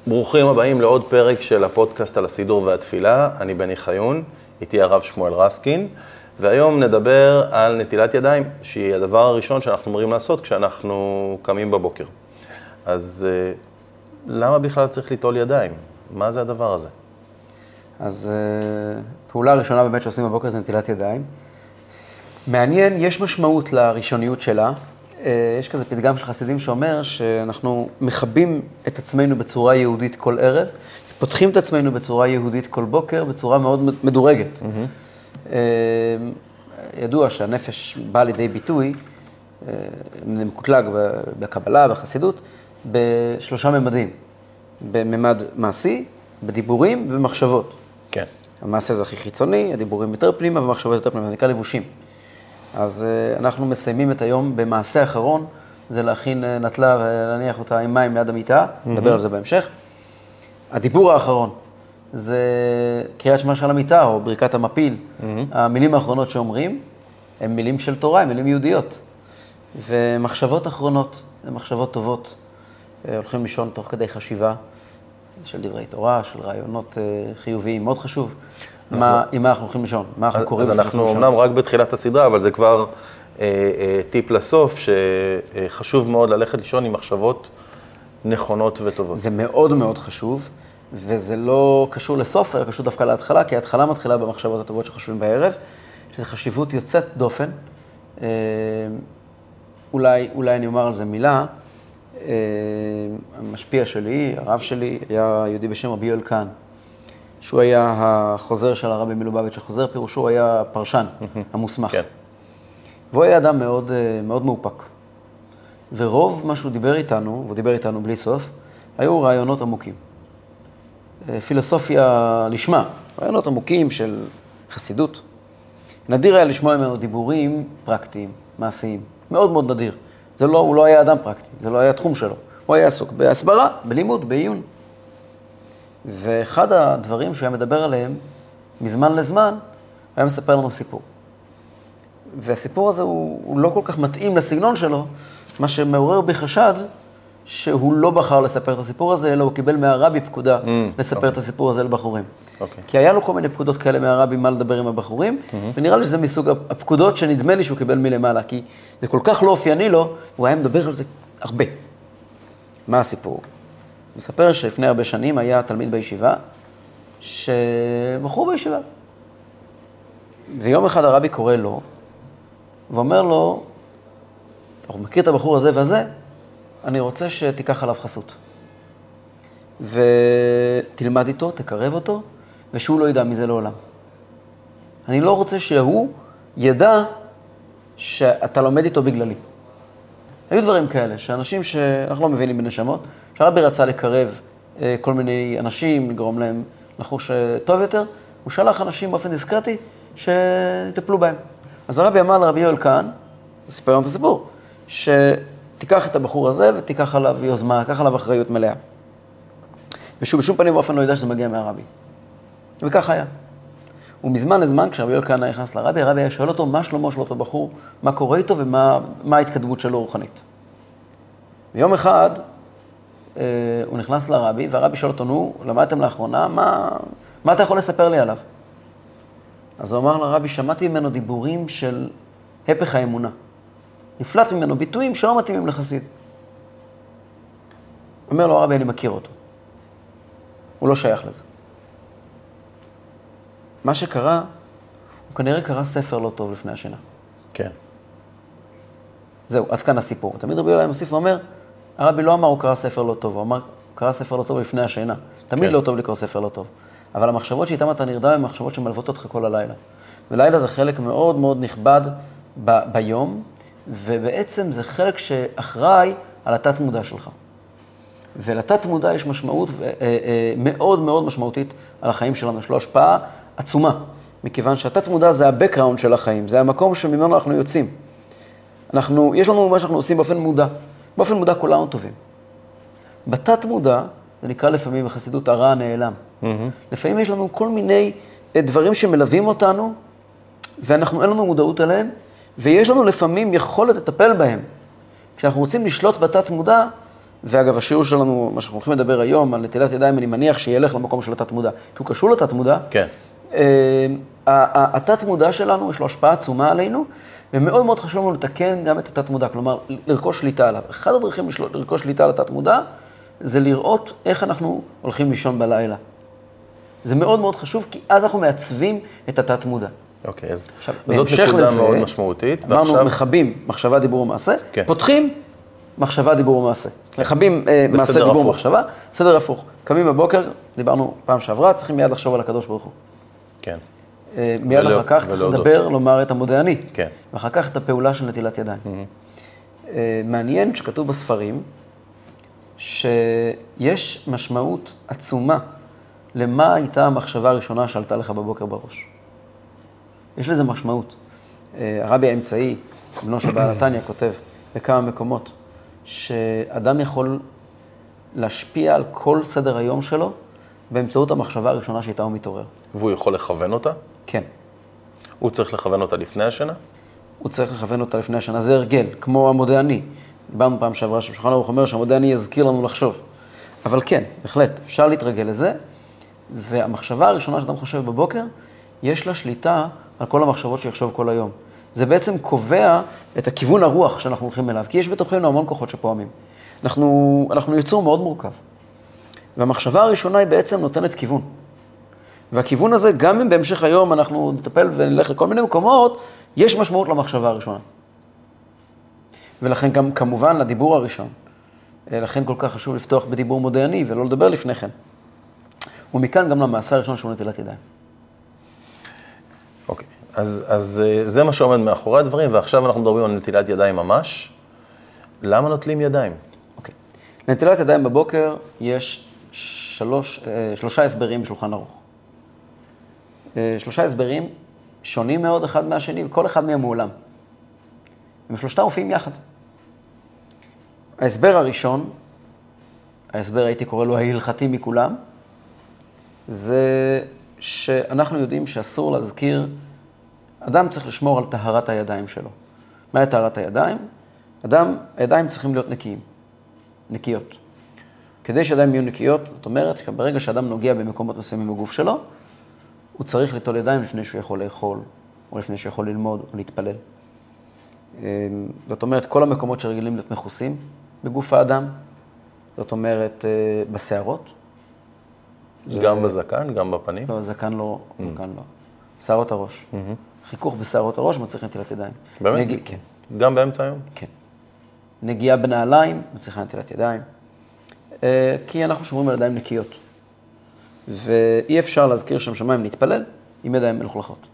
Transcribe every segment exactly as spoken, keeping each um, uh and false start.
ברוכים הבאים לעוד פרק של הפודקאסט על הסידור והתפילה. אני בני חיון, איתי הרב שמואל רסקין, והיום נדבר על נטילת ידיים, שהיא הדבר הראשון שאנחנו אמורים לעשות כשאנחנו קמים בבוקר. אז למה בכלל צריך ליטול ידיים? מה זה הדבר הזה? אז פעולה הראשונה באמת שעושים בבוקר זה נטילת ידיים. מעניין, יש משמעות לראשוניות שלה. יש כזה פתגם של חסידים שאומר שאנחנו מכבים את עצמנו בצורה יהודית כל ערב, פותחים את עצמנו בצורה יהודית כל בוקר, בצורה מאוד מדורגת. Mm-hmm. ידוע שהנפש בא לידי ביטוי, מקוטלג בקבלה, בחסידות, בשלושה ממדים. בממד מעשי, בדיבורים ובמחשבות. כן. המעשה זה הכי חיצוני, הדיבורים יותר פנימה ומחשבות יותר פנימה, זה נקרא לבושים. אז אנחנו מסיימים את היום במעשה האחרון, זה להכין נטלה ולהניח אותה עם מים ליד המיטה, נדבר על זה בהמשך. הדיבור האחרון זה קריאת שמע של המיטה או ברכת המפיל. המילים האחרונות שאומרים הן מילים של תורה, הן מילים יהודיות. ומחשבות אחרונות, הן מחשבות טובות. הולכים לישון תוך כדי חשיבה של דברי תורה, של רעיונות חיוביים, מאוד חשוב. מה, עם מה אנחנו הולכים לישון? מה אנחנו קוראים? אז אנחנו אמנם רק בתחילת הסדרה, אבל זה כבר אה, אה, טיפ לסוף, שחשוב מאוד ללכת לישון עם מחשבות נכונות וטובות. זה מאוד מאוד חשוב, וזה לא קשור לסוף, אלא קשור דווקא להתחלה, כי ההתחלה מתחילה במחשבות הטובות שחשובים בערב, שזו חשיבות יוצאת דופן. אה, אולי, אולי אני אומר על זה מילה. אה, המשפיע שלי, הרב שלי, היה יהודי בשם רבי יואל כהן. שהוא היה החוזר של הרבי מלובביץ', החוזר פירושו היה פרשן, המוסמך. כן. והוא היה אדם מאוד, מאוד מאופק. ורוב מה שהוא דיבר איתנו, והוא דיבר איתנו בלי סוף, היו רעיונות עמוקים. פילוסופיה לשמה, רעיונות עמוקים של חסידות. נדיר היה לשמוע ממנו דיבורים פרקטיים, מעשיים. מאוד מאוד נדיר. זה לא, הוא לא היה אדם פרקטי, זה לא היה תחום שלו. הוא היה עסוק בהסברה, בלימוד, בעיון. ואחד הדברים שהוא היה מדבר עליהם, מזמן לזמן, הוא היה מספר לנו סיפור. והסיפור הזה הוא, הוא לא כל כך מתאים לסגנון שלו, מה שמעורר בי חשד, שהוא לא בחר לספר את הסיפור הזה, אלא הוא קיבל מהרבי פקודה mm, לספר okay. את הסיפור הזה לבחורים. Okay. כי היה לו כל מיני פקודות כאלה מהרבי מה לדבר עם הבחורים, mm-hmm. ונראה לי שזה מסוג הפקודות שנדמה לי שהוא קיבל מלמעלה, כי זה כל כך לא אופייני לו, הוא היה מדבר על זה הרבה. מה הסיפור? מספר שלפני הרבה שנים היה תלמיד בישיבה, שבחור בישיבה. ויום אחד הרבי קורא לו, ואומר לו, הוא מכיר את הבחור הזה והזה, אני רוצה שתיקח עליו חסות. ותלמד איתו, תקרב אותו, ושהוא לא ידע מזה לעולם. אני לא רוצה שהוא ידע שאתה לומד איתו בגללי. היו דברים כאלה, שאנשים שאנחנו לא מבינים בנשמות, שהרבי רצה לקרב כל מיני אנשים, לגרום להם לחוש טוב יותר, הוא שלח אנשים באופן דיסקרטי שטפלו בהם. אז הרבי אמר לרבי יואל כהן, הוא סיפר לנו את הסיפור, שתיקח את הבחור הזה ותיקח עליו יוזמה, תיקח עליו אחריות מלאה. ושהוא בשום פנים באופן לא ידע שזה מגיע מהרבי. וכך היה. ומזמן לזמן, כשרבי יואל כהן נכנס לרבי, הרבי היה שואל אותו מה שלומו של אותו בחור, מה קורה איתו ומה מה ההתקדמות שלו רוחנית. ויום אחד, הוא נכנס לרבי, והרבי שואל אותו, נו, למדתם לאחרונה, מה, מה אתה יכול לספר לי עליו? אז הוא אמר לרבי, שמעתי ממנו דיבורים של הפך האמונה. נפלט ממנו ביטויים שלא מתאימים לחסיד. אומר לו, הרבי, אני מכיר אותו. הוא לא שייך לזה. מה שקרה, הוא כנראה קרא ספר לא טוב לפני השינה. כן. זהו, עד כאן הסיפור. תמיד רבי יואל מוסיף ואומר, הרבי לא אמר הוא קרא ספר לא טוב, הוא אמר, הוא קרא ספר לא טוב לפני השינה. תמיד כן. לא טוב לקרוא ספר לא טוב. אבל המחשבות שאיתן אתה נרדם הן מחשבות שמלוות אותך כל הלילה. ולילה זה חלק מאוד מאוד נכבד ב- ביום, ובעצם זה חלק שאחראי על התת מודע שלך. ולתת מודע יש משמעות מאוד מאוד משמעותית על החיים שלנו. יש לו השפעה עצומה, מכיוון שהתת מודע זה הבקראונד של החיים, זה המקום שממנו אנחנו יוצאים. אנחנו, יש לנו מה שאנחנו עושים באופן מודע. באופן מודע כולנו טובים. בתת מודע, זה נקרא לפעמים בחסידות הרע הנעלם. Mm-hmm. לפעמים יש לנו כל מיני דברים שמלווים אותנו, ואנחנו אין לנו מודעות עליהם, ויש לנו לפעמים יכולת לטפל בהם. כשאנחנו רוצים לשלוט בתת מודע, ואגב, השיעור שלנו, מה שאנחנו הולכים לדבר היום, על נטילת ידיים, אני מניח שילך למקום של התת מודע, כי הוא קשור לתת מודע. כן. התת מודע שלנו, יש לו השפעה עצומה עלינו, ומאוד מאוד חשוב לנו לתקן גם את התת מודע, כלומר, לרכוש שליטה עליו. אחד הדרכים לרכוש שליטה על התת מודע, זה לראות איך אנחנו הולכים לישון בלילה. זה מאוד מאוד חשוב, כי אז אנחנו מעצבים את התת מודע. אוקיי, אז זאת נקודה מאוד משמעותית. אמרנו, מכבים מחשבה, דיבור ומעשה, כן. פותחים מחשבה, דיבור ומעשה. כן. מכבים מעשה, דיבור ומחשבה, סדר הפוך. קמים בבוקר, דיברנו פעם שעברה, צריכים מיד לחשוב על הקדוש ברוך הוא. כן. מיד ולא, אחר כך צריך לדבר, לומר את המודה אני. כן. ואחר כך את הפעולה של נטילת ידיים. Mm-hmm. מעניין שכתוב בספרים, שיש משמעות עצומה למה הייתה המחשבה הראשונה שעלתה לך בבוקר בראש. יש לזה משמעות. הרבי האמצעי, בנו של בעל התניא, כותב בכמה מקומות, שאדם יכול להשפיע על כל סדר היום שלו באמצעות המחשבה הראשונה שאיתה הוא מתעורר. והוא יכול לכוון אותה? כן. הוא צריך לכוון אותה לפני השינה? הוא צריך לכוון אותה לפני השינה. זה הרגל, כמו המודה אני. דיברנו פעם שעברה ששולחן ערוך אומר שהמודה אני יזכיר לנו לחשוב. אבל כן, בהחלט, אפשר להתרגל לזה, והמחשבה הראשונה שאדם חושב בבוקר, יש לה שליטה על כל המחשבות שיחשוב כל היום. זה בעצם קובע את הכיוון הרוח שאנחנו הולכים אליו, כי יש בתוכנו המון כוחות שפועמים. אנחנו, אנחנו יצור מאוד מורכב. והמחשבה הראשונה היא בעצם נותנת כיוון. והכיוון הזה, גם אם בהמשך היום אנחנו נטפל ונלך לכל מיני מקומות, יש משמעות למחשבה הראשונה. ולכן גם כמובן לדיבור הראשון. לכן כל כך חשוב לפתוח בדיבור מודה אני ולא לדבר לפני כן. ומכאן גם למעשה הראשון שהוא נטילת ידיים. אוקיי, אז, אז זה מה שעומד מאחורי הדברים, ועכשיו אנחנו מדברים על נטילת ידיים ממש. למה נוטלים ידיים? אוקיי. לנטילת ידיים בבוקר יש שלוש, שלושה הסברים בשולחן ערוך. שלושה הסברים שונים מאוד אחד מהשני, וכל אחד מהם מעולם. ושלושתם מופיעים יחד. ההסבר הראשון, ההסבר הייתי קורא לו ההלכתי מכולם, זה שאנחנו יודעים שאסור להזכיר, אדם צריך לשמור על טהרת הידיים שלו. מה טהרת הידיים? אדם, הידיים צריכים להיות נקיים, נקיות. כדי שהידיים יהיו נקיות, זאת אומרת, ברגע שאדם נוגע במקומות מסוימים בגוף שלו, הוא צריך ליטול ידיים לפני שהוא יכול לאכול, או לפני שהוא יכול ללמוד, או להתפלל. זאת אומרת, כל המקומות שרגילים להיות מכוסים בגוף האדם, זאת אומרת, בשערות. גם בזקן, גם בפנים? לא, זקן לא, זקן לא. שערות הראש. חיכוך בשערות הראש מצריך נטילת ידיים. באמת? כן. גם באמצע היום? כן. נגיעה בנעליים מצריכה נטילת ידיים, כי אנחנו שומרים על ידיים נקיות. ואי אפשר להזכיר שם שמיים להתפלל עם ידיים מלוכלכות.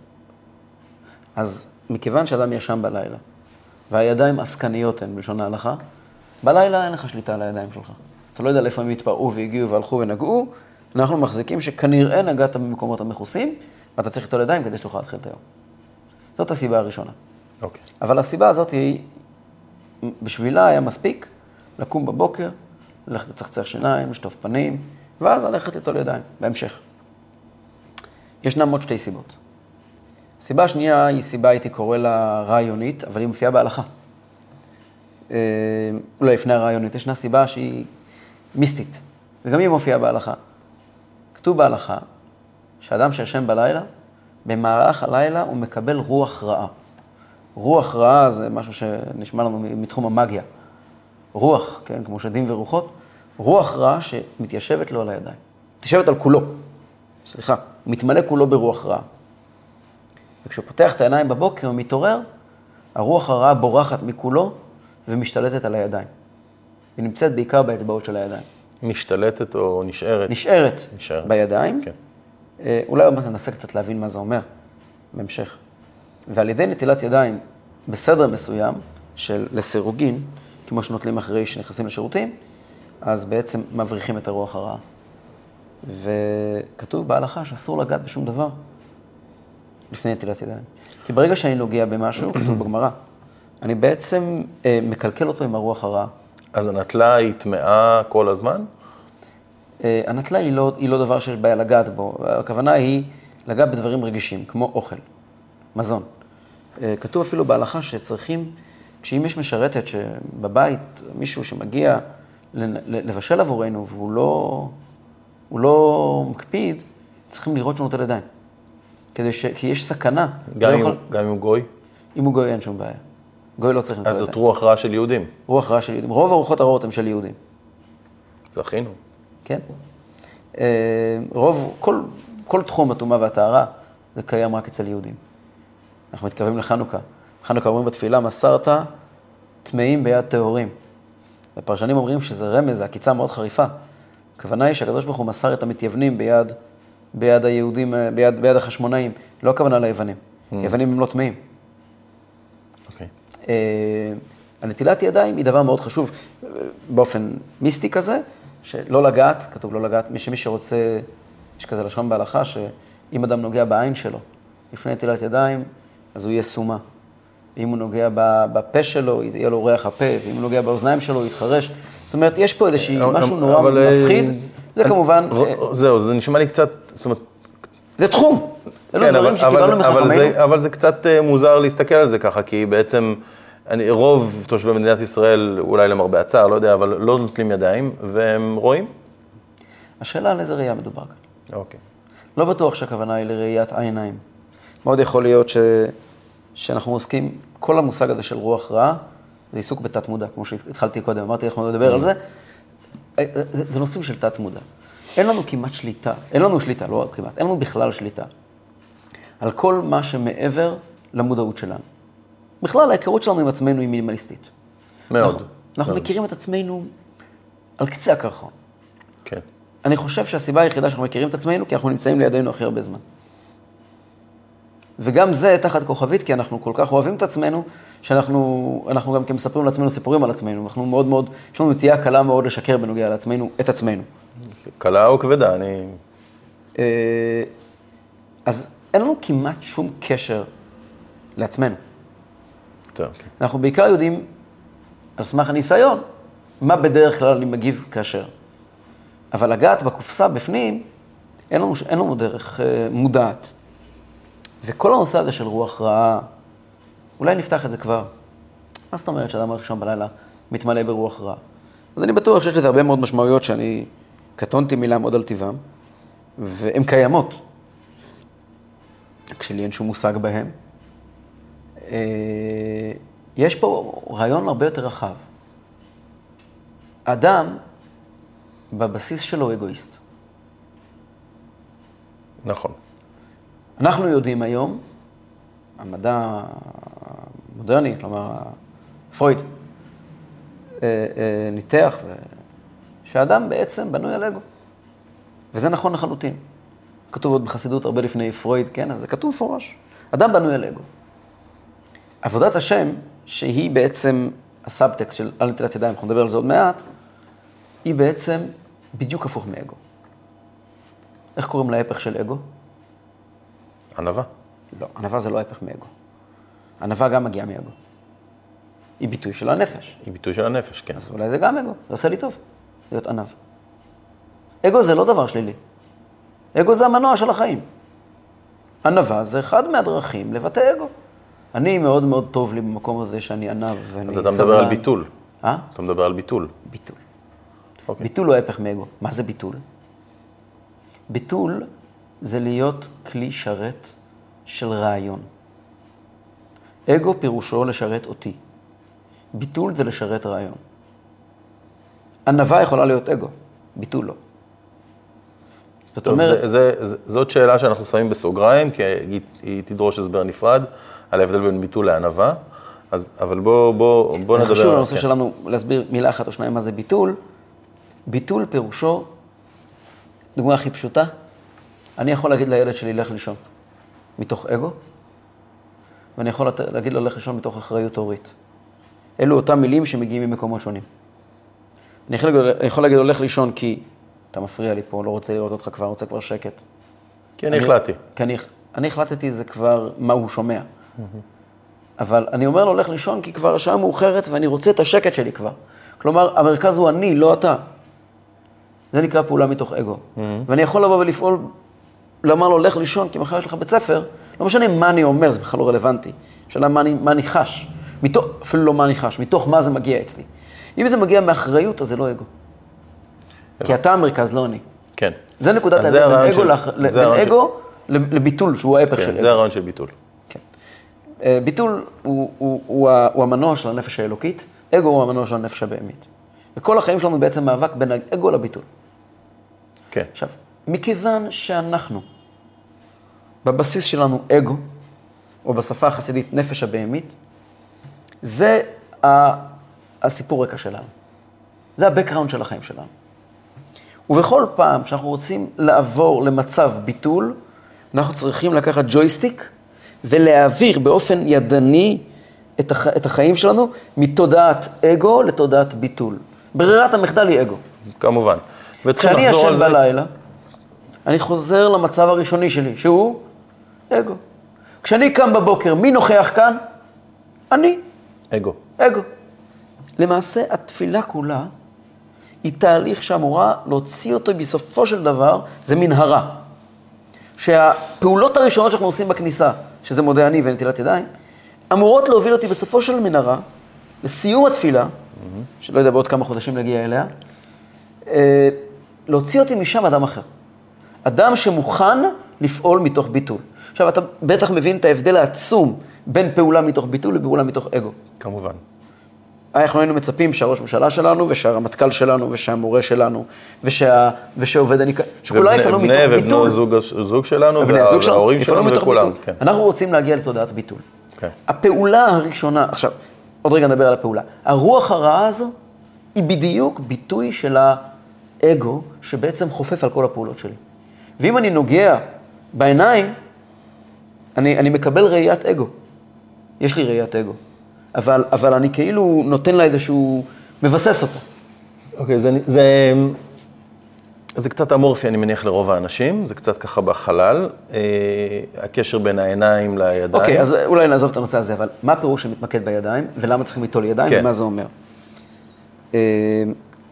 אז מכיוון שאדם ישן בלילה, והידיים עסקניות הן בלשון ההלכה, בלילה אין לך שליטה על הידיים שלך. אתה לא יודע לאיפה הם התפרעו והגיעו והלכו ונגעו, אנחנו מחזיקים שכנראה נגעת במקומות המכוסים, ואתה צריך ליטול ידיים כדי שתוכל להתחיל את היום. זאת הסיבה הראשונה. אוקיי. אבל הסיבה הזאת היא, בשבילה היה מספיק לקום בבוקר, ללכת לצחצח שיניים, לשטוף פנים, ואז ללכת ליטול ידיים, בהמשך. ישנם עוד שתי סיבות. הסיבה השנייה היא סיבה, הייתי קורא לה רעיונית, אבל היא מופיעה בהלכה. אולי לפני הרעיונית, ישנה סיבה שהיא מיסטית, וגם היא מופיעה בהלכה. כתוב בהלכה, שאדם שישן בלילה, במהלך הלילה הוא מקבל רוח רעה. רוח רעה זה משהו שנשמע לנו מתחום המגיה. רוח, כן, כמו שדים ורוחות, רוח רעה שמתיישבת לו על הידיים. מתיישבת על כולו. סליחה, הוא מתמלא כולו ברוח רעה. וכשהוא פותח את העיניים בבוקר, הוא מתעורר, הרוח הרעה בורחת מכולו ומשתלטת על הידיים. היא נמצאת בעיקר באצבעות של הידיים. משתלטת או נשארת? נשארת, נשארת. בידיים. כן. אולי עוד מעט ננסה קצת להבין מה זה אומר בהמשך. ועל ידי נטילת ידיים בסדר מסוים של לסירוגין, כמו שנוטלים אחרי שנכנסים לשירותים, אז בעצם מבריחים את הרוח הרעה. וכתוב בהלכה שאסור לגעת בשום דבר לפני נטילת ידיים. כי ברגע שאני נוגע במשהו, כתוב בגמרא, אני בעצם אה, מקלקל אותו עם הרוח הרעה. אז הנטלה היא טמאה כל הזמן? אה, הנטלה היא לא, היא לא דבר שיש בעיה לגעת בו. הכוונה היא לגעת בדברים רגישים, כמו אוכל, מזון. אה, כתוב אפילו בהלכה שצריכים, כשאם יש משרתת שבבית, מישהו שמגיע לבשל עבורנו, והוא לא, הוא לא מקפיד, צריכים לראות שהוא נוטל ידיים. כדי ש... כי יש סכנה. גם, אם, יכול... גם אם הוא גוי? אם הוא גוי אין שום בעיה. גוי לא צריך נוטל ידיים. אז זאת רוח רעה של יהודים? רוח רעה של יהודים. רוב הרוחות הרעות הם של יהודים. זכינו. כן. רוב, כל, כל תחום הטומאה והטהרה, זה קיים רק אצל יהודים. אנחנו מתקרבים לחנוכה. חנוכה אומרים בתפילה, מסרת טמאים ביד טהורים. הפרשנים אומרים שזה רמז, זה עקיצה מאוד חריפה. הכוונה היא שהקדוש ברוך הוא מסר את המתייוונים ביד, ביד היהודים, ביד, ביד החשמונאים. לא הכוונה ליוונים. Mm. יוונים הם לא טמאים. אוקיי. Okay. הנטילת ידיים היא דבר מאוד חשוב באופן מיסטי כזה, שלא לגעת, כתוב לא לגעת, מי שמי שרוצה, יש כזה לשון בהלכה, שאם אדם נוגע בעין שלו, לפני נטילת ידיים, אז הוא יהיה סומה. אם הוא נוגע בפה שלו, יהיה לו ריח הפה, ואם הוא נוגע באוזניים שלו, הוא יתחרש. זאת אומרת, יש פה איזושהי משהו נורא מפחיד, זה כמובן... זהו, זה נשמע לי קצת, זאת אומרת... זה תחום. אלו דברים שקיבלנו מחכמנו. אבל זה קצת מוזר להסתכל על זה ככה, כי בעצם רוב תושבי מדינת ישראל, אולי למרבה הצער, לא יודע, אבל לא נוטלים ידיים, והם רואים? השאלה על איזה ראייה מדובר כאן. אוקיי. לא בטוח שהכוונה היא לראיית העיניים. מאוד יכול להיות ש... שאנחנו עוסקים, כל המושג הזה של רוח רעה, זה עיסוק בתת מודע, כמו שהתחלתי קודם, אמרתי, אנחנו נדבר על זה. זה נושאים של תת מודע. אין לנו כמעט שליטה, אין לנו שליטה, לא כמעט, אין לנו בכלל שליטה, על כל מה שמעבר למודעות שלנו. בכלל, ההיכרות שלנו עם עצמנו היא מינימליסטית. מאוד. אנחנו, אנחנו מאוד. מכירים את עצמנו על קצה הקרחון. כן. אני חושב שהסיבה היחידה שאנחנו מכירים את עצמנו, כי אנחנו נמצאים לידינו הכי הרבה זמן. וגם זה תחת כוכבית, כי אנחנו כל כך אוהבים את עצמנו, שאנחנו אנחנו גם מספרים לעצמנו סיפורים על עצמנו. אנחנו מאוד מאוד, יש לנו נטייה קלה מאוד לשקר בנוגע לעצמנו, את עצמנו. קלה או כבדה, אני... אז אין לנו כמעט שום קשר לעצמנו. טוב. אנחנו בעיקר יודעים, על סמך הניסיון, מה בדרך כלל אני מגיב כאשר. אבל לגעת בקופסה בפנים, אין לנו, אין לנו דרך מודעת. וכל הנושא הזה של רוח רעה, אולי נפתח את זה כבר. מה זאת אומרת שאדם הולך שם בלילה מתמלא ברוח רעה? אז אני בטוח שיש לזה הרבה מאוד משמעויות שאני קטונתי מילה מאוד על טבעם, והן קיימות. כשלי אין שום מושג בהם. יש פה רעיון הרבה יותר רחב. אדם, בבסיס שלו אגואיסט. נכון. אנחנו יודעים היום, המדע המודרני, כלומר, פרויד, ניתח, שהאדם בעצם בנוי על אגו. וזה נכון לחלוטין. כתוב עוד בחסידות הרבה לפני פרויד, כן? אבל זה כתוב מפורש. אדם בנוי על אגו. עבודת השם, שהיא בעצם הסאבטקסט של על נטילת ידיים, אנחנו נדבר על זה עוד מעט, היא בעצם בדיוק הפוך מאגו. איך קוראים להפך של אגו? ענווה. לא, ענווה זה לא ההפך מאגו. ענווה גם מגיעה מאגו. היא ביטוי של הנפש. היא ביטוי של הנפש, כן. אז אולי זה גם אגו, זה עושה לי טוב, להיות ענב. אגו זה לא דבר שלילי. אגו זה המנוע של החיים. ענווה זה אחד מהדרכים לבטא אגו. אני מאוד מאוד טוב לי במקום הזה שאני ענב ואני סבלן. אז אתה מדבר על ביטול. אה? אתה מדבר על ביטול. ביטול. אוקיי. ביטול הוא ההפך מאגו. מה זה ביטול? ביטול זה להיות כלי שרת של רעיון. אגו פירושו לשרת אותי. ביטול זה לשרת רעיון. ענווה יכולה להיות אגו, ביטול לא. זאת טוב, אומרת... זה, זה, זאת שאלה שאנחנו שמים בסוגריים, כי היא, היא תדרוש הסבר נפרד על ההבדל בין ביטול לענווה, אז, אבל בוא, בוא, בוא נדבר... חשוב לנושא כן. שלנו להסביר מילה אחת או שניים מה זה ביטול. ביטול פירושו, דוגמה הכי פשוטה, אני יכול להגיד לילד שלי, לך לישון, מתוך אגו, ואני יכול להגיד לו, לך לישון מתוך אחריות הורית. אלו אותם מילים שמגיעים ממקומות שונים. אני יכול, אני יכול להגיד לו, לך לישון כי אתה מפריע לי פה, לא רוצה לראות אותך כבר, רוצה כבר שקט. כי אני החלטתי. כי אני, אני החלטתי, זה כבר מה הוא שומע. אבל אני אומר לו, לך לישון כי כבר השעה מאוחרת ואני רוצה את השקט שלי כבר. כלומר, המרכז הוא אני, לא אתה. זה נקרא פעולה מתוך אגו. ואני יכול לבוא ולפעול, לומר לו, לך לישון, כי מחר יש לך בית ספר, לא משנה מה אני אומר, זה בכלל לא רלוונטי. שאלה מה אני, מה אני חש. מתוך, אפילו לא מה אני חש, מתוך מה זה מגיע אצלי. אם זה מגיע מאחריות, אז זה לא אגו. כי אתה המרכז, לא אני. כן. זה נקודת ההבדל בין אגו, לח... בין אגו ש... לביטול, שהוא ההפך כן, של אגו. זה הרעיון של ביטול. כן. ביטול הוא, הוא, הוא, הוא המנוע של הנפש האלוקית, אגו הוא המנוע של הנפש הבהמית. וכל החיים שלנו בעצם מאבק בין האגו לביטול. כן. עכשיו, מכיוון שאנחנו, בבסיס שלנו אגו, או בשפה החסידית נפש הבהמית, זה הסיפור רקע שלנו. זה הבקראונד של החיים שלנו. ובכל פעם שאנחנו רוצים לעבור למצב ביטול, אנחנו צריכים לקחת ג'ויסטיק ולהעביר באופן ידני את, הח... את החיים שלנו מתודעת אגו לתודעת ביטול. ברירת המחדל היא אגו. כמובן. כשאני ישן זה... בלילה, אני חוזר למצב הראשוני שלי, שהוא אגו. כשאני קם בבוקר, מי נוכח כאן? אני. אגו. אגו. למעשה, התפילה כולה היא תהליך שאמורה להוציא אותו בסופו של דבר, זה מנהרה. שהפעולות הראשונות שאנחנו עושים בכניסה, שזה מודה אני ונטילת ידיים, אמורות להוביל אותי בסופו של מנהרה, לסיום התפילה, mm-hmm. שלא יודע בעוד כמה חודשים להגיע אליה, להוציא אותי משם אדם אחר. אדם שמוכן לפעול מתוך ביטול. עכשיו, אתה בטח מבין את ההבדל העצום בין פעולה מתוך ביטול לפעולה מתוך אגו. כמובן. אנחנו היינו מצפים שהראש ממשלה שלנו, ושהרמטכ"ל שלנו, ושהמורה שלנו, ושה, ושעובד הניקה, שכולם יפעלו מתוך ביטול. ובני ובנו זוג שלנו, וההורים שלנו וכולם. כן. אנחנו רוצים להגיע לתודעת ביטול. כן. הפעולה הראשונה, עכשיו, עוד רגע נדבר על הפעולה. הרוח הרעה הזו היא בדיוק ביטוי של האגו, שבעצם חופף על כל הפעולות שלי. ואם אני נוגע בעיניים, אני, אני מקבל ראיית אגו. יש לי ראיית אגו. אבל, אבל אני כאילו נותן לה איזשהו, מבסס אותה. אוקיי, okay, זה, זה, זה קצת אמורפי, אני מניח, לרוב האנשים, זה קצת ככה בחלל, אה, הקשר בין העיניים לידיים. אוקיי, okay, אז אולי נעזוב את הנושא הזה, אבל מה הפירוש שמתמקד בידיים, ולמה צריכים ליטול ידיים, כן. ומה זה אומר? אה,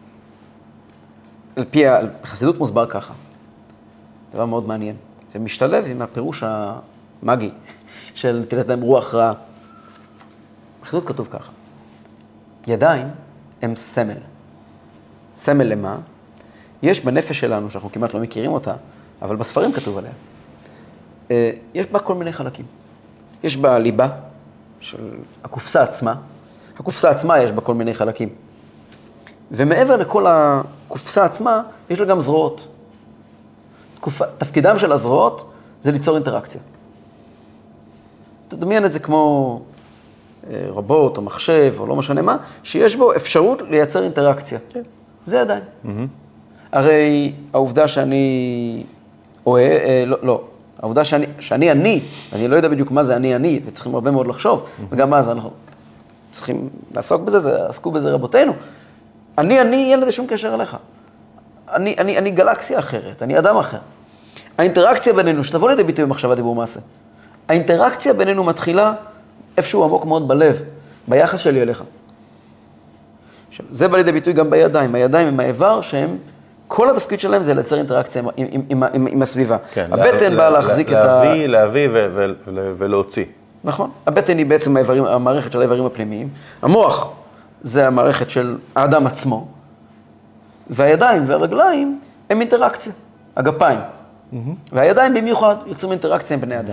על פי, בחסידות מוסבר ככה, דבר מאוד מעניין, זה משתלב עם הפירוש המאגי של נטילת ידיים רוח רעה. בחסידות כתוב ככה, ידיים הם סמל. סמל למה? יש בנפש שלנו, שאנחנו כמעט לא מכירים אותה, אבל בספרים כתוב עליה, יש בה כל מיני חלקים. יש בה ליבה של הקופסה עצמה, הקופסה עצמה יש בה כל מיני חלקים. ומעבר לכל הקופסה עצמה, יש לה גם זרועות. תקופ... תפקידם של הזרועות זה ליצור אינטראקציה. תדמיין את זה כמו רובוט או מחשב או לא משנה מה, שיש בו אפשרות לייצר אינטראקציה. כן. זה ידיים. Mm-hmm. הרי העובדה שאני אוהב, אה, לא, לא, העובדה שאני, שאני אני, אני לא יודע בדיוק מה זה אני אני, צריכים הרבה מאוד לחשוב, mm-hmm. וגם מה זה, אנחנו צריכים לעסוק בזה, זה, עסקו בזה רבותינו. אני אני, אין לזה שום קשר אליך. אני, אני, אני גלקסיה אחרת, אני אדם אחר. האינטראקציה בינינו, שתבוא לידי ביטוי מחשבה דיבור מעשה, האינטראקציה בינינו מתחילה איפשהו עמוק מאוד בלב, ביחס שלי אליך. עכשיו, זה בא לידי ביטוי גם בידיים. הידיים הם האיבר שהם, כל התפקיד שלהם זה לייצר אינטראקציה עם, עם, עם, עם, עם הסביבה. כן, הבטן באה להחזיק לה, את ה... להביא, להביא ו- ו- ו- ולהוציא. נכון. הבטן היא בעצם האיברים, המערכת של האיברים הפנימיים. המוח זה המערכת של האדם עצמו. והידיים והרגליים הם אינטראקציה. הגפיים. Mm-hmm. והידיים במיוחד יוצרים אינטראקציה עם בני אדם.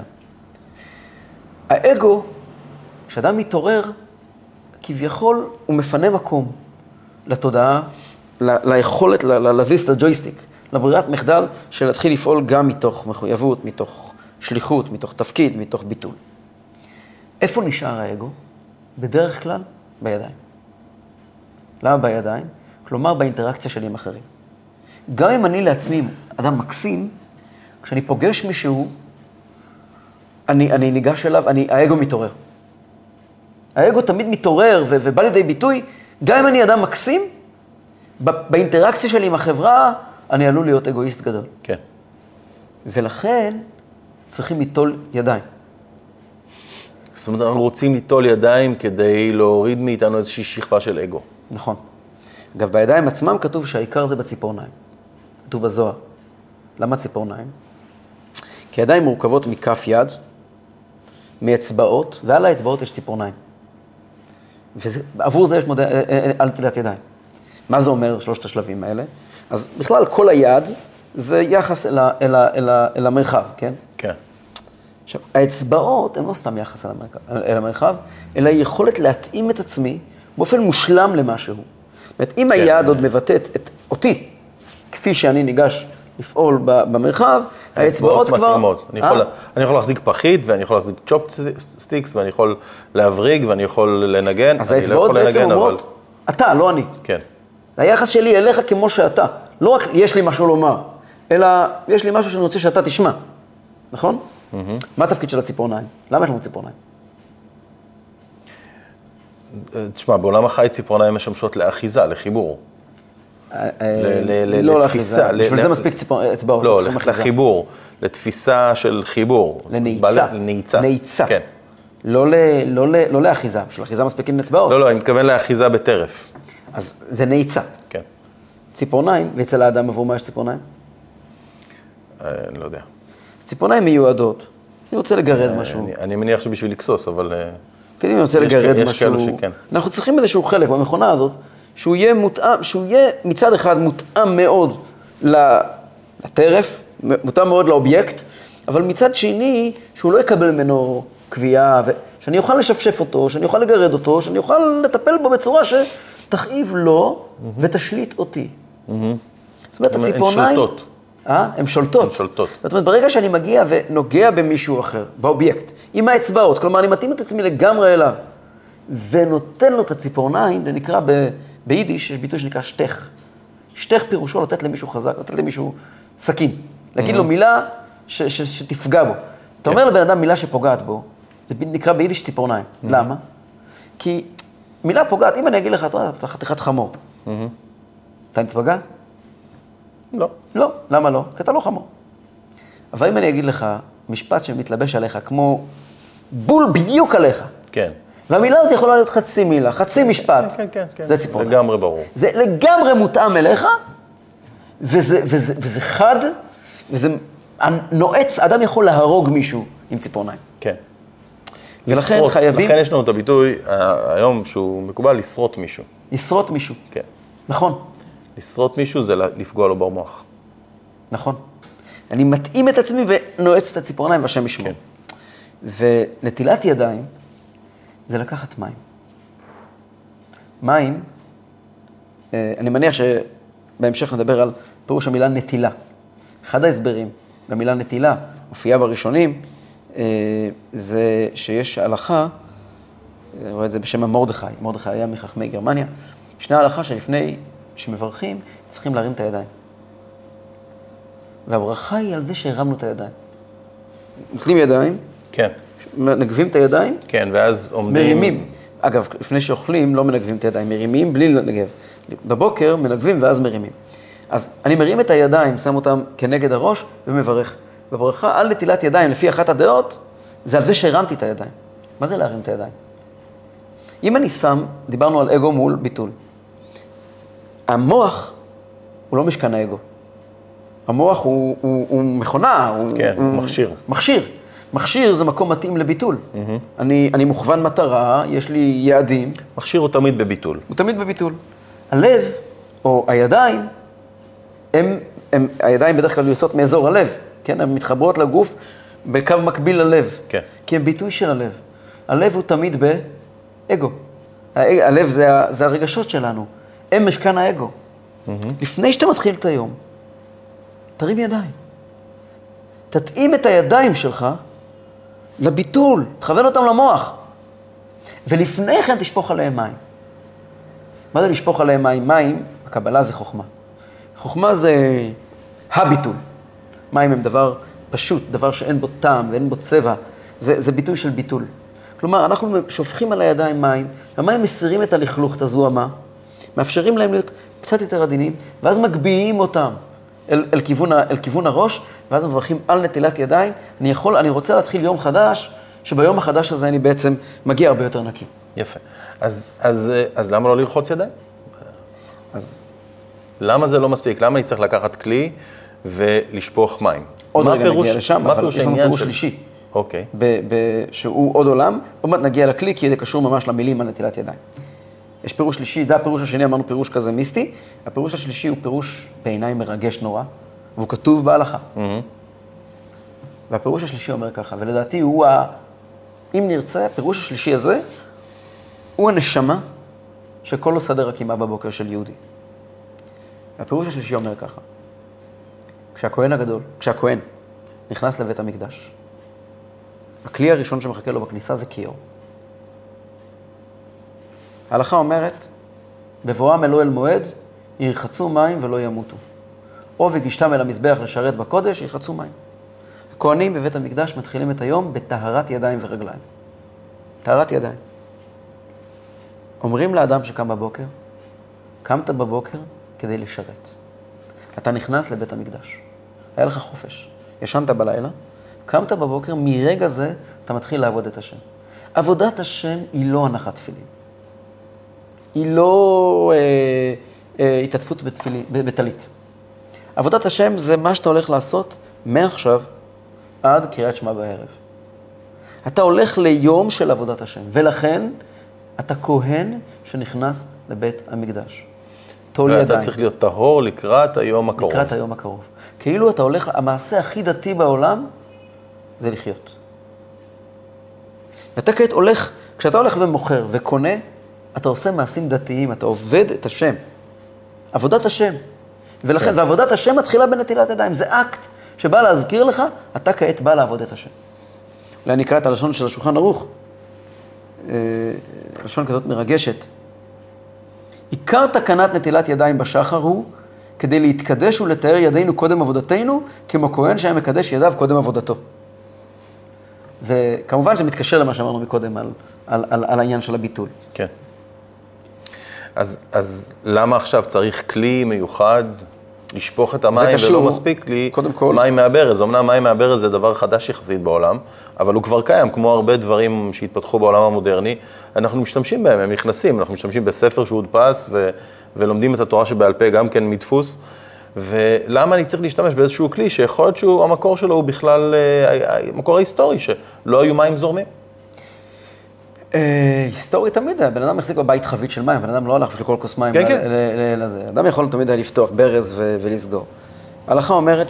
האגו, כשאדם מתעורר, כביכול הוא מפנה מקום לתודעה, ל- ליכולת להזיז את הג'ויסטיק, לברירת מחדל של להתחיל לפעול גם מתוך מחויבות, מתוך שליחות, מתוך תפקיד, מתוך ביטול. איפה נשאר האגו? בדרך כלל בידיים. למה בידיים? כלומר באינטראקציה שלי עם אחרים. גם אם אני לעצמי אדם מקסים, כשאני פוגש מישהו, אני, אני ניגש אליו, אני, האגו מתעורר. האגו תמיד מתעורר ו- ובא לידי ביטוי, גם אם אני אדם מקסים, ב- באינטראקציה שלי עם החברה, אני עלול להיות אגואיסט גדול. כן. ולכן צריכים ליטול ידיים. זאת אומרת, אנחנו רוצים ליטול ידיים כדי להוריד מאיתנו איזושהי שכבה של אגו. נכון. אגב, בידיים עצמם כתוב שהעיקר זה בציפורניים. כתוב בזוהר. למה ציפורניים? כי ידיים מורכבות מכף יד, מאצבעות, ועל האצבעות יש ציפורניים. ועבור זה יש מודע, על נטילת ידיים. מה זה אומר, שלושת השלבים האלה? אז בכלל, כל היד זה יחס אל, ה, אל, ה, אל, ה, אל המרחב, כן? כן. עכשיו, האצבעות הן לא סתם יחס אל המרחב, אל המרחב, אלא יכולת להתאים את עצמי באופן מושלם למשהו. זאת אומרת, אם היד עוד מבטאת את אותי, כפי שאני ניגש לפעול במרחב, האצבעות כבר... אני יכול, אני יכול להחזיק פחית, ואני יכול להחזיק צ'ופסטיקס, ואני יכול להבריג, ואני יכול לנגן. אז האצבעות בעצם אומרות, אתה, לא אני. כן. היחס שלי אליך כמו שאתה. לא רק יש לי משהו לומר, אלא יש לי משהו שאני רוצה שאתה תשמע. נכון? מה התפקיד של הציפורניים? למה יש לנו ציפורניים? תשמע, בעולם החי ציפורניים משמשות לאחיזה, לחיבור. לא לאחיזה, בשביל זה מספיק אצבעות. לא, לחיבור, לתפיסה של חיבור. לנעיצה. לנעיצה. נעיצה. כן. לא לאחיזה, בשביל אחיזה מספיקים אצבעות. לא, לא, אני מתכוון לאחיזה בטרף. אז זה נעיצה. כן. ציפורניים, ואצל האדם עבור מה יש ציפורניים? אני לא יודע. ציפורניים מיועדות. אני רוצה לגרד משהו. אני מניח שבשביל לקסוס, אבל... כן, אני רוצה לגרד משהו. אנחנו צריכים איזשהו חלק במכונה הזאת, שהוא יהיה מותאם, שהוא יהיה מצד אחד מותאם מאוד לטרף, מותאם מאוד לאובייקט, אבל מצד שני, שהוא לא יקבל ממנו קביעה, שאני אוכל לשפשף אותו, שאני אוכל לגרד אותו, שאני אוכל לטפל בו בצורה שתכאיב לו ותשליט אותי. זאת אומרת, הציפורניים... הן שולטות. אה? הן שולטות. הן שולטות. זאת אומרת, ברגע שאני מגיע ונוגע במישהו אחר, באובייקט, עם האצבעות, כלומר, אני מתאים את עצמי לגמרי אליו, ונותן לו את הציפורניים, זה נקרא ב... ביידיש, יש ביטוי שנקרא שטך. שטך פירושו לתת למישהו חזק, לתת למישהו סכין. להגיד לו מילה ש- ש- שתפגע בו. אתה אומר לבן אדם מילה שפוגעת בו, זה נקרא ביידיש ציפורניים. למה? כי מילה פוגעת, אם אני אגיד לך, אתה חתיכת חמור. אתה נתפגע? לא. לא. למה לא? כי אתה לא חמור. אבל אם אני אגיד לך משפט שמתלבש עליך, כמו בול בדיוק עליך. כן. והמילה הזאת יכולה להיות חצי מילה, חצי משפט. כן, כן, כן. זה ציפורניים. לגמרי ברור. זה לגמרי מותאם אליך, וזה, וזה, וזה חד, וזה נועץ, אדם יכול להרוג מישהו עם ציפורניים. כן. ולכן לשרוט, חייבים... לכן יש לנו את הביטוי היום שהוא מקובל, לשרוט מישהו. לשרוט מישהו. כן. נכון. לשרוט מישהו זה לפגוע לו במוח. נכון. אני מתאים את עצמי ונועץ את הציפורניים והשם ישמור. כן. ונטילת ידיים זה לקחת מים. מים, אני מניח שבהמשך נדבר על פירוש המילה נטילה. אחד ההסברים במילה נטילה, מופיעה בראשונים, זה שיש הלכה, אני רואה את זה בשם המורדכי, מורדכי היה מחכמי גרמניה, ישנה הלכה שלפני שמברכים צריכים להרים את הידיים. והברכה היא על זה שהרמנו את הידיים. נוטלים ידיים, כן. מנגבים את הידיים, כן, ואז עומדים... מרימים. אגב, לפני שאוכלים לא מנגבים את הידיים, מרימים בלי לנגב. בבוקר מנגבים ואז מרימים. אז אני מרים את הידיים, שם אותם כנגד הראש ומברך. בברכה על נטילת ידיים, לפי אחת הדעות, זה על זה שהרמתי את הידיים. מה זה להרים את הידיים? אם אני שם, דיברנו על אגו מול ביטול. המוח הוא לא משכן האגו. המוח הוא, הוא, הוא מכונה, כן, הוא, הוא מכשיר. מכשיר. מכשיר זה מקום מתאים לביטול. Mm-hmm. אני, אני מוכוון מטרה, יש לי יעדים. מכשיר הוא תמיד בביטול. הוא תמיד בביטול. הלב, או הידיים, הם, הם, הידיים בדרך כלל יוצאות מאזור הלב, כן? הן מתחברות לגוף בקו מקביל ללב. כן. כי הם ביטוי של הלב. הלב הוא תמיד באגו. הלב זה, זה הרגשות שלנו. הם משכן האגו. Mm-hmm. לפני שאתה מתחיל את היום, תרים ידיים. תתאים את הידיים שלך לביטול, תכוון אותם למוח. ולפני כן תשפוך עליהם מים. מה זה לשפוך עליהם מים? מים, הקבלה זה חוכמה. חוכמה זה הביטול. מים הם דבר פשוט, דבר שאין בו טעם ואין בו צבע. זה, זה ביטוי של ביטול. כלומר, אנחנו שופכים על הידיים מים, והמים מסירים את הלכלוך, את הזוהמה, מאפשרים להם להיות קצת יותר עדינים, ואז מגביהים אותם אל, אל, כיוון, אל כיוון הראש, ואז מברכים על נטילת ידיים. אני יכול, אני רוצה להתחיל יום חדש, שביום החדש הזה אני בעצם מגיע הרבה יותר נקי. יפה. אז, אז, אז למה לא לרחוץ ידיים? אז... למה זה לא מספיק? למה אני צריך לקחת כלי ולשפוך מים? עוד רגע נגיע לשם, אבל יש לנו פירוש שלישי. אוקיי. ב- ב- שהוא עוד עולם, עוד מעט נגיע לכלי, כי זה קשור ממש למילים על נטילת ידיים. יש פירוש שלישי, זה הפירוש השני, אמרנו פירוש כזה מיסטי, הפירוש השלישי הוא פירוש בעיניי מרגש נורא, והוא כתוב בהלכה. Mm-hmm. והפירוש השלישי אומר ככה, ולדעתי הוא, ה... אם נרצה, הפירוש השלישי הזה, הוא הנשמה שכל סדר הקימה בבוקר של יהודי. והפירוש השלישי אומר ככה, כשהכהן הגדול, כשהכהן נכנס לבית המקדש, הכלי הראשון שמחכה לו בכניסה זה כיור. ההלכה אומרת, בבואם אלו אל מועד, ירחצו מים ולא ימותו. או וגישתם אל המזבח לשרת בקודש, ירחצו מים. הכהנים בבית המקדש מתחילים את היום בטהרת ידיים ורגליים. טהרת ידיים. אומרים לאדם שקם בבוקר, קמת בבוקר כדי לשרת. אתה נכנס לבית המקדש. היה לך חופש. ישנת בלילה, קמת בבוקר, מרגע זה אתה מתחיל לעבוד את השם. עבודת השם היא לא הנחת תפילין. היא לא אה, אה, התעטפות בטלית. עבודת השם זה מה שאתה הולך לעשות מעכשיו עד קריאת שמע בערב. אתה הולך ליום של עבודת השם, ולכן אתה כהן שנכנס לבית המקדש. תול ידיים. ואתה צריך להיות טהור לקראת היום הקרוב. לקראת היום הקרוב. כאילו אתה הולך, המעשה הכי דתי בעולם זה לחיות. ואתה כעת הולך, כשאתה הולך ומוכר וקונה, אתה עושה מעשים דתיים, אתה עובד את השם. עבודת השם. ולכן, כן. ועבודת השם מתחילה בנטילת ידיים. זה אקט שבא להזכיר לך, אתה כעת בא לעבוד את השם. אולי אני אקרא את הלשון של השולחן ערוך. לשון כזאת מרגשת. עיקר תקנת נטילת ידיים בשחר הוא כדי להתקדש ולתאר ידינו קודם עבודתנו, כמו כהן שהיה מקדש ידיו קודם עבודתו. וכמובן זה מתקשר למה שאמרנו מקודם על, על, על, על העניין של הביטול. כן. אז, אז למה עכשיו צריך כלי מיוחד לשפוך את המים ולא מספיק לי כל... מים מהברז? אמנם מים מהברז זה דבר חדש יחסית בעולם, אבל הוא כבר קיים, כמו הרבה דברים שהתפתחו בעולם המודרני, אנחנו משתמשים בהם, הם נכנסים, אנחנו משתמשים בספר שהודפס ו... ולומדים את התורה שבעל פה גם כן מדפוס, ולמה אני צריך להשתמש באיזשהו כלי שיכול להיות שהוא, המקור שלו הוא בכלל המקור ההיסטורי, שלא היו מים זורמים? היסטורי תמיד, בן אדם מחזיק בבית חבית של מים, בן אדם לא הלך בשביל כל כוס מים לזה. אדם יכול תמיד לפתוח ברז ולסגור. ההלכה אומרת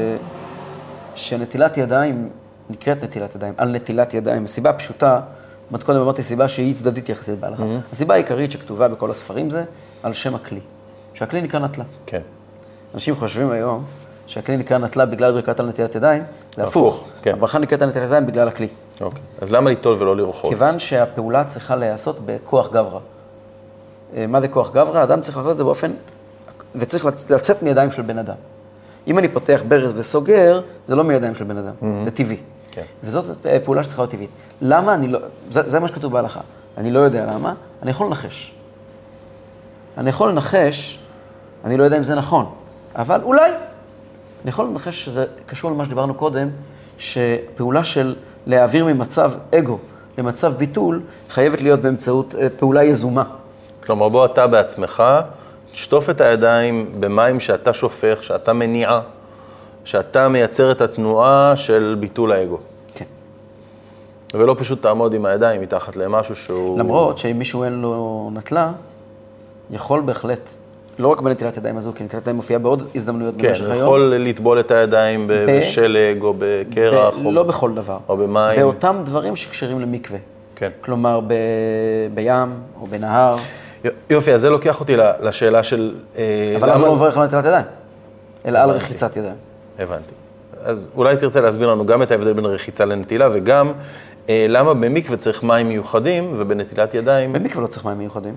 שנטילת ידיים, נקראת נטילת ידיים, על נטילת ידיים, הסיבה פשוטה, קודם אמרתי סיבה שהיא צדדית יחסית בהלכה. הסיבה העיקרית שכתובה בכל הספרים זה על שם הכלי, שהכלי נקרא נטלה. כן. אנשים חושבים היום שהכלי נקרא נטלה בגלל ברכת על נטילת ידיים, זה הפוך. הברכה נקראת על נטילת ידיים בגלל הכלי. אוקיי. אז למה ליטול ולא לרחוץ? כיוון שהפעולה צריכה להיעשות בכוח גברא. מה זה כוח גברא? האדם צריך לעשות את זה באופן, זה צריך לצאת מידיים של בן אדם. אם אני פותח ברז וסוגר, זה לא מידיים של בן אדם, זה טבעי. כן. וזאת פעולה שצריכה להיות טבעית. למה אני לא, זה, זה מה שכתוב בהלכה. אני לא יודע למה, אני יכול לנחש. אני יכול לנחש, אני לא יודע אם זה נכון, אבל אולי. אני יכול לנחש שזה קשור למה שדיברנו קודם, שפעולה של להעביר ממצב אגו למצב ביטול, חייבת להיות באמצעות פעולה יזומה. כלומר, בוא אתה בעצמך, תשטוף את הידיים במים שאתה שופך, שאתה מניע, שאתה מייצר את התנועה של ביטול האגו. כן. ולא פשוט תעמוד עם הידיים מתחת למשהו שהוא... למרות שאם מישהו אין לו נטלה, יכול בהחלט, לא רק בנטילת ידיים הזו, כי נטילת ידיים מופיעה בעוד הזדמנויות במשך היום. כן, יכול לטבול את הידיים בשלג או בקרח. ב- לא בכל דבר. או במים. באותם דברים שקשרים למקווה. כן. כלומר, ב- בים או בנהר. יופי, אז זה לוקח אותי לשאלה של... אבל אז לא מברך על נטילת ידיים, אלא על רחיצת ידיים. הבנתי. אז אולי תרצה להסביר לנו גם את ההבדל בין רחיצה לנטילה, וגם אה, למה במקווה צריך מים מיוחדים ובנטילת ידיים... במקווה לא צריך מים מיוחדים.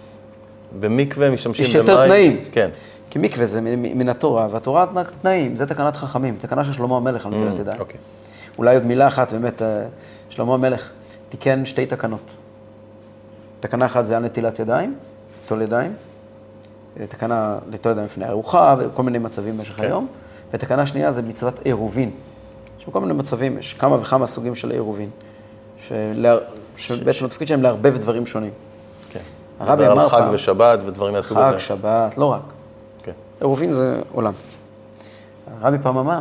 במקווה משתמשים במים... יש יותר תנאים. כן. כי מקווה זה מן התורה, והתורה נתנה תנאים, זה תקנת חכמים, זה תקנה של שלמה המלך על נטילת ידיים. אוקיי. אולי עוד מילה אחת, באמת, שלמה המלך תיקן שתי תקנות. תקנה אחת זה על נטילת ידיים, ליטול ידיים, תקנה ליטול ידיים לפני ארוחה, וכל מיני מצבים במשך היום, ותקנה שנייה זה מצוות עירובין. יש בכל מיני מצבים, יש כמה וכמה סוגים של עירובין, שבעצם התפקיד שלהם להרבב דברים שונים. כן. הרבי אמר פעם... חג ושבת ודברים מהסוג הזה. חג, שבת, לא רק. כן. עירובין זה עולם. הרבי פעם אמר,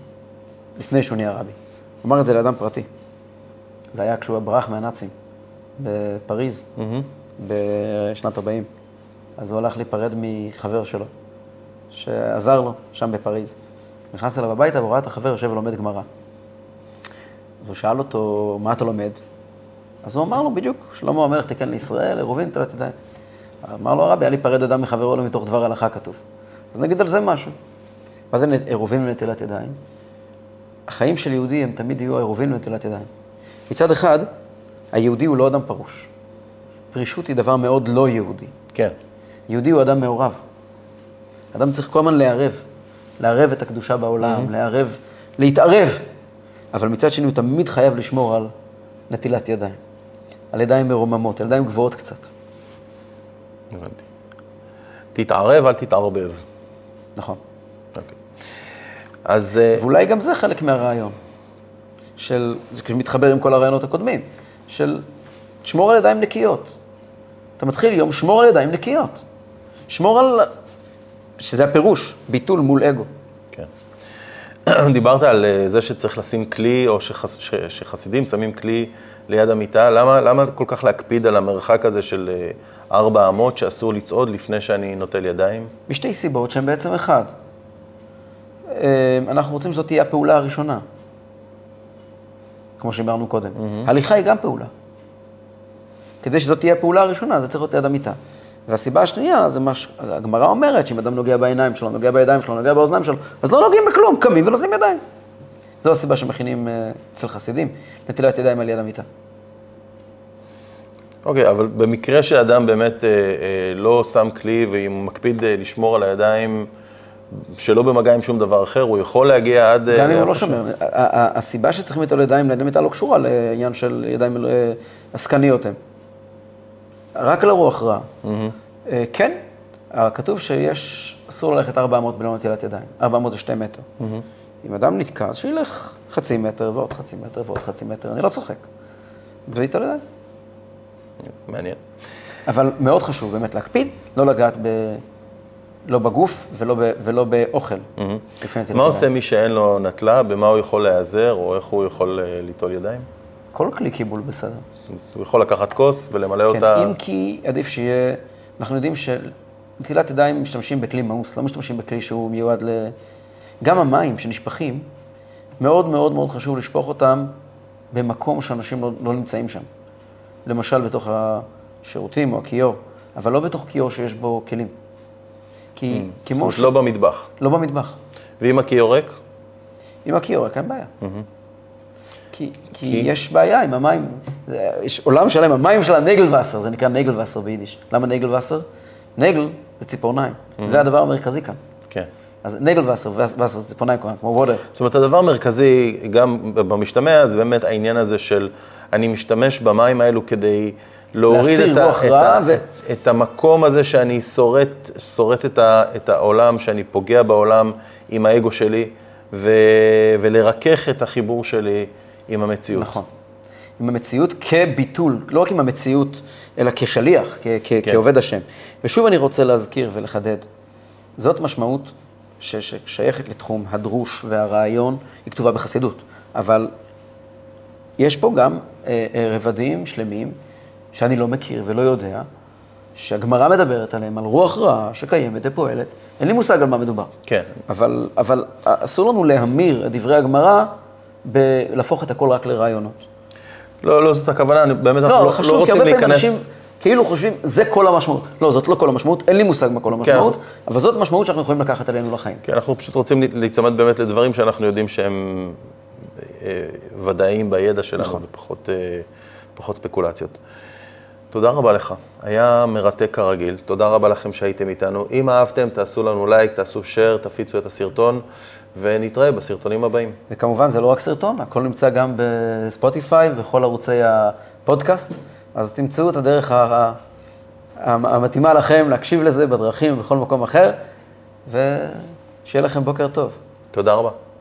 לפני שהוא נהיה רבי, הוא אמר את זה לאדם פרטי. זה היה כשהוא ברח מהנאצים. בפריז, בשנת ארבעים. אז הוא הלך להיפרד מחבר שלו, שעזר לו שם בפריז. נכנס אליו הביתה והוא ראה את החבר יושב ולומד גמרא. הוא שאל אותו, מה אתה לומד? אז הוא אמר לו בדיוק, שלמה המלך תיקן לישראל, עירובין נטילת ידיים. אמר לו הרבי, היה להיפרד אדם מחברו לו מתוך דבר הלכה כתוב. אז נגיד על זה משהו. מה זה עירובין ונטילת ידיים? החיים של יהודי הם תמיד יהיו עירובין ונטילת ידיים. מצד אחד, היהודי הוא לא אדם פרוש. פרישות היא דבר מאוד לא יהודי. כן. יהודי הוא אדם מעורב. אדם צריך כל הזמן לערב. לערב את הקדושה בעולם, mm-hmm. לערב, להתערב. אבל מצד שני הוא תמיד חייב לשמור על נטילת ידיים. על ידיים מרוממות, על ידיים גבוהות קצת. הבנתי. תתערב, אל תתערבב. נכון. אוקיי. אז... ואולי גם זה חלק מהרעיון. של, זה מתחבר עם כל הרעיונות הקודמים, של שמור על ידיים נקיות. אתה מתחיל יום, שמור על ידיים נקיות. שמור על... שזה הפירוש, ביטול מול אגו. כן. דיברת על זה שצריך לשים כלי, או שחס, ש, שחסידים שמים כלי ליד המיטה. למה, למה כל כך להקפיד על המרחק הזה של ארבע אמות שאסור לצעוד לפני שאני נוטל ידיים? בשתי סיבות שהן בעצם אחד. אנחנו רוצים שזאת תהיה הפעולה הראשונה. כמו שאמרנו קודם. Mm-hmm. הליכה היא גם פעולה. כדי שזאת תהיה הפעולה הראשונה, זה צריך להיות ליד המיטה. והסיבה השנייה, זה מה שהגמרא אומרת, שאם אדם נוגע בעיניים שלו, נוגע בידיים שלו, נוגע באוזניים שלו, אז לא נוגעים בכלום, קמים ונוטלים ידיים. זו הסיבה שמכינים אצל חסידים, נטילת ידיים על יד המיטה. אוקיי, אבל במקרה שאדם באמת אה, אה, לא שם כלי והוא מקפיד אה, לשמור על הידיים שלא במגע עם שום דבר אחר, הוא יכול להגיע עד... גם אם הוא לא שומר. הסיבה שצריכים לטול ידיים ליד המיטה לא קשורה לעניין של ידיים עסקניות הם. רק לרוח רע. כן, כתוב שיש, אסור ללכת ארבע אמות בלא נטילת ידיים. ארבע אמות זה שתי מטר. אם אדם נתקע, אז שילך חצי מטר ועוד חצי מטר ועוד חצי מטר. אני לא צוחק. ויטול ידיים. מעניין. אבל מאוד חשוב באמת להקפיד, לא לגעת ב... לא בגוף ולא, ב... ולא באוכל. מה עושה מי שאין לו נטלה? במה הוא יכול להיעזר או איך הוא יכול ליטול ידיים? כל כלי קיבול בסדר. הוא יכול לקחת כוס ולמלא כן, אותה... כן, אם כי עדיף שיהיה... אנחנו יודעים שנטילת ידיים משתמשים בכלי מאוס, לא משתמשים בכלי שהוא מיועד ל... גם המים שנשפכים, מאוד מאוד מאוד חשוב לשפוך אותם במקום שאנשים לא, לא נמצאים שם. למשל בתוך השירותים או הכיור, אבל לא בתוך כיור שיש בו כלים. כי Mm. כמו ש... לא במטבח. לא במטבח. ואם הכיור ריק? אם הכיור ריק, אין בעיה. Mm-hmm. כי, כי, כי יש בעיה עם המים, יש עולם שלם, המים של הנגלווסר, זה נקרא נגלווסר ביידיש. למה נגלווסר? נגל זה ציפורניים, mm-hmm. זה הדבר המרכזי כאן. כן. אז נגלווסר, וסר זה ציפורניים כמו וודר. זאת אומרת, הדבר המרכזי, גם במשתמע, זה באמת העניין הזה של, אני משתמש במים האלו כדי להוריד את, ה, את, ה, ו... את המקום הזה שאני שורט, שורט את, ה, את העולם, שאני פוגע בעולם עם האגו שלי, ו, ולרכך את החיבור שלי עם המציאות. נכון. עם המציאות כביטול, לא רק עם המציאות, אלא כשליח, כ- כ- כן. כעובד השם. ושוב אני רוצה להזכיר ולחדד, זאת משמעות ששייכת לתחום הדרוש והרעיון, היא כתובה בחסידות, אבל יש פה גם אה, אה, רבדים שלמים שאני לא מכיר ולא יודע, שהגמרא מדברת עליהם, על רוח רעה שקיימת ופועלת, אין לי מושג על מה מדובר. כן. אבל, אבל אסור לנו להמיר את דברי הגמרא, להפוך את הכל רק לרעיונות. לא, לא זאת הכוונה, אני באמת לא, לא, חשוב, לא רוצים להיכנס... אנשים כאילו חושבים, זה כל המשמעות. לא, זאת לא כל המשמעות, אין לי מושג מה כל המשמעות, כן. אבל זאת משמעות שאנחנו יכולים לקחת עלינו לחיים. כן, אנחנו פשוט רוצים להצמד באמת לדברים שאנחנו יודעים שהם אה, ודאיים בידע שלנו, נכון. ופחות אה, פחות ספקולציות. תודה רבה לך, היה מרתק כרגיל, תודה רבה לכם שהייתם איתנו. אם אהבתם, תעשו לנו לייק, תעשו שייר, תפיצו את הסרטון, ונתראה בסרטונים הבאים. וכמובן, זה לא רק סרטון, הכל נמצא גם בספוטיפיי, בכל ערוצי הפודקאסט, אז תמצאו את הדרך המתאימה לכם להקשיב לזה בדרכים ובכל מקום אחר, ושיהיה לכם בוקר טוב. תודה רבה.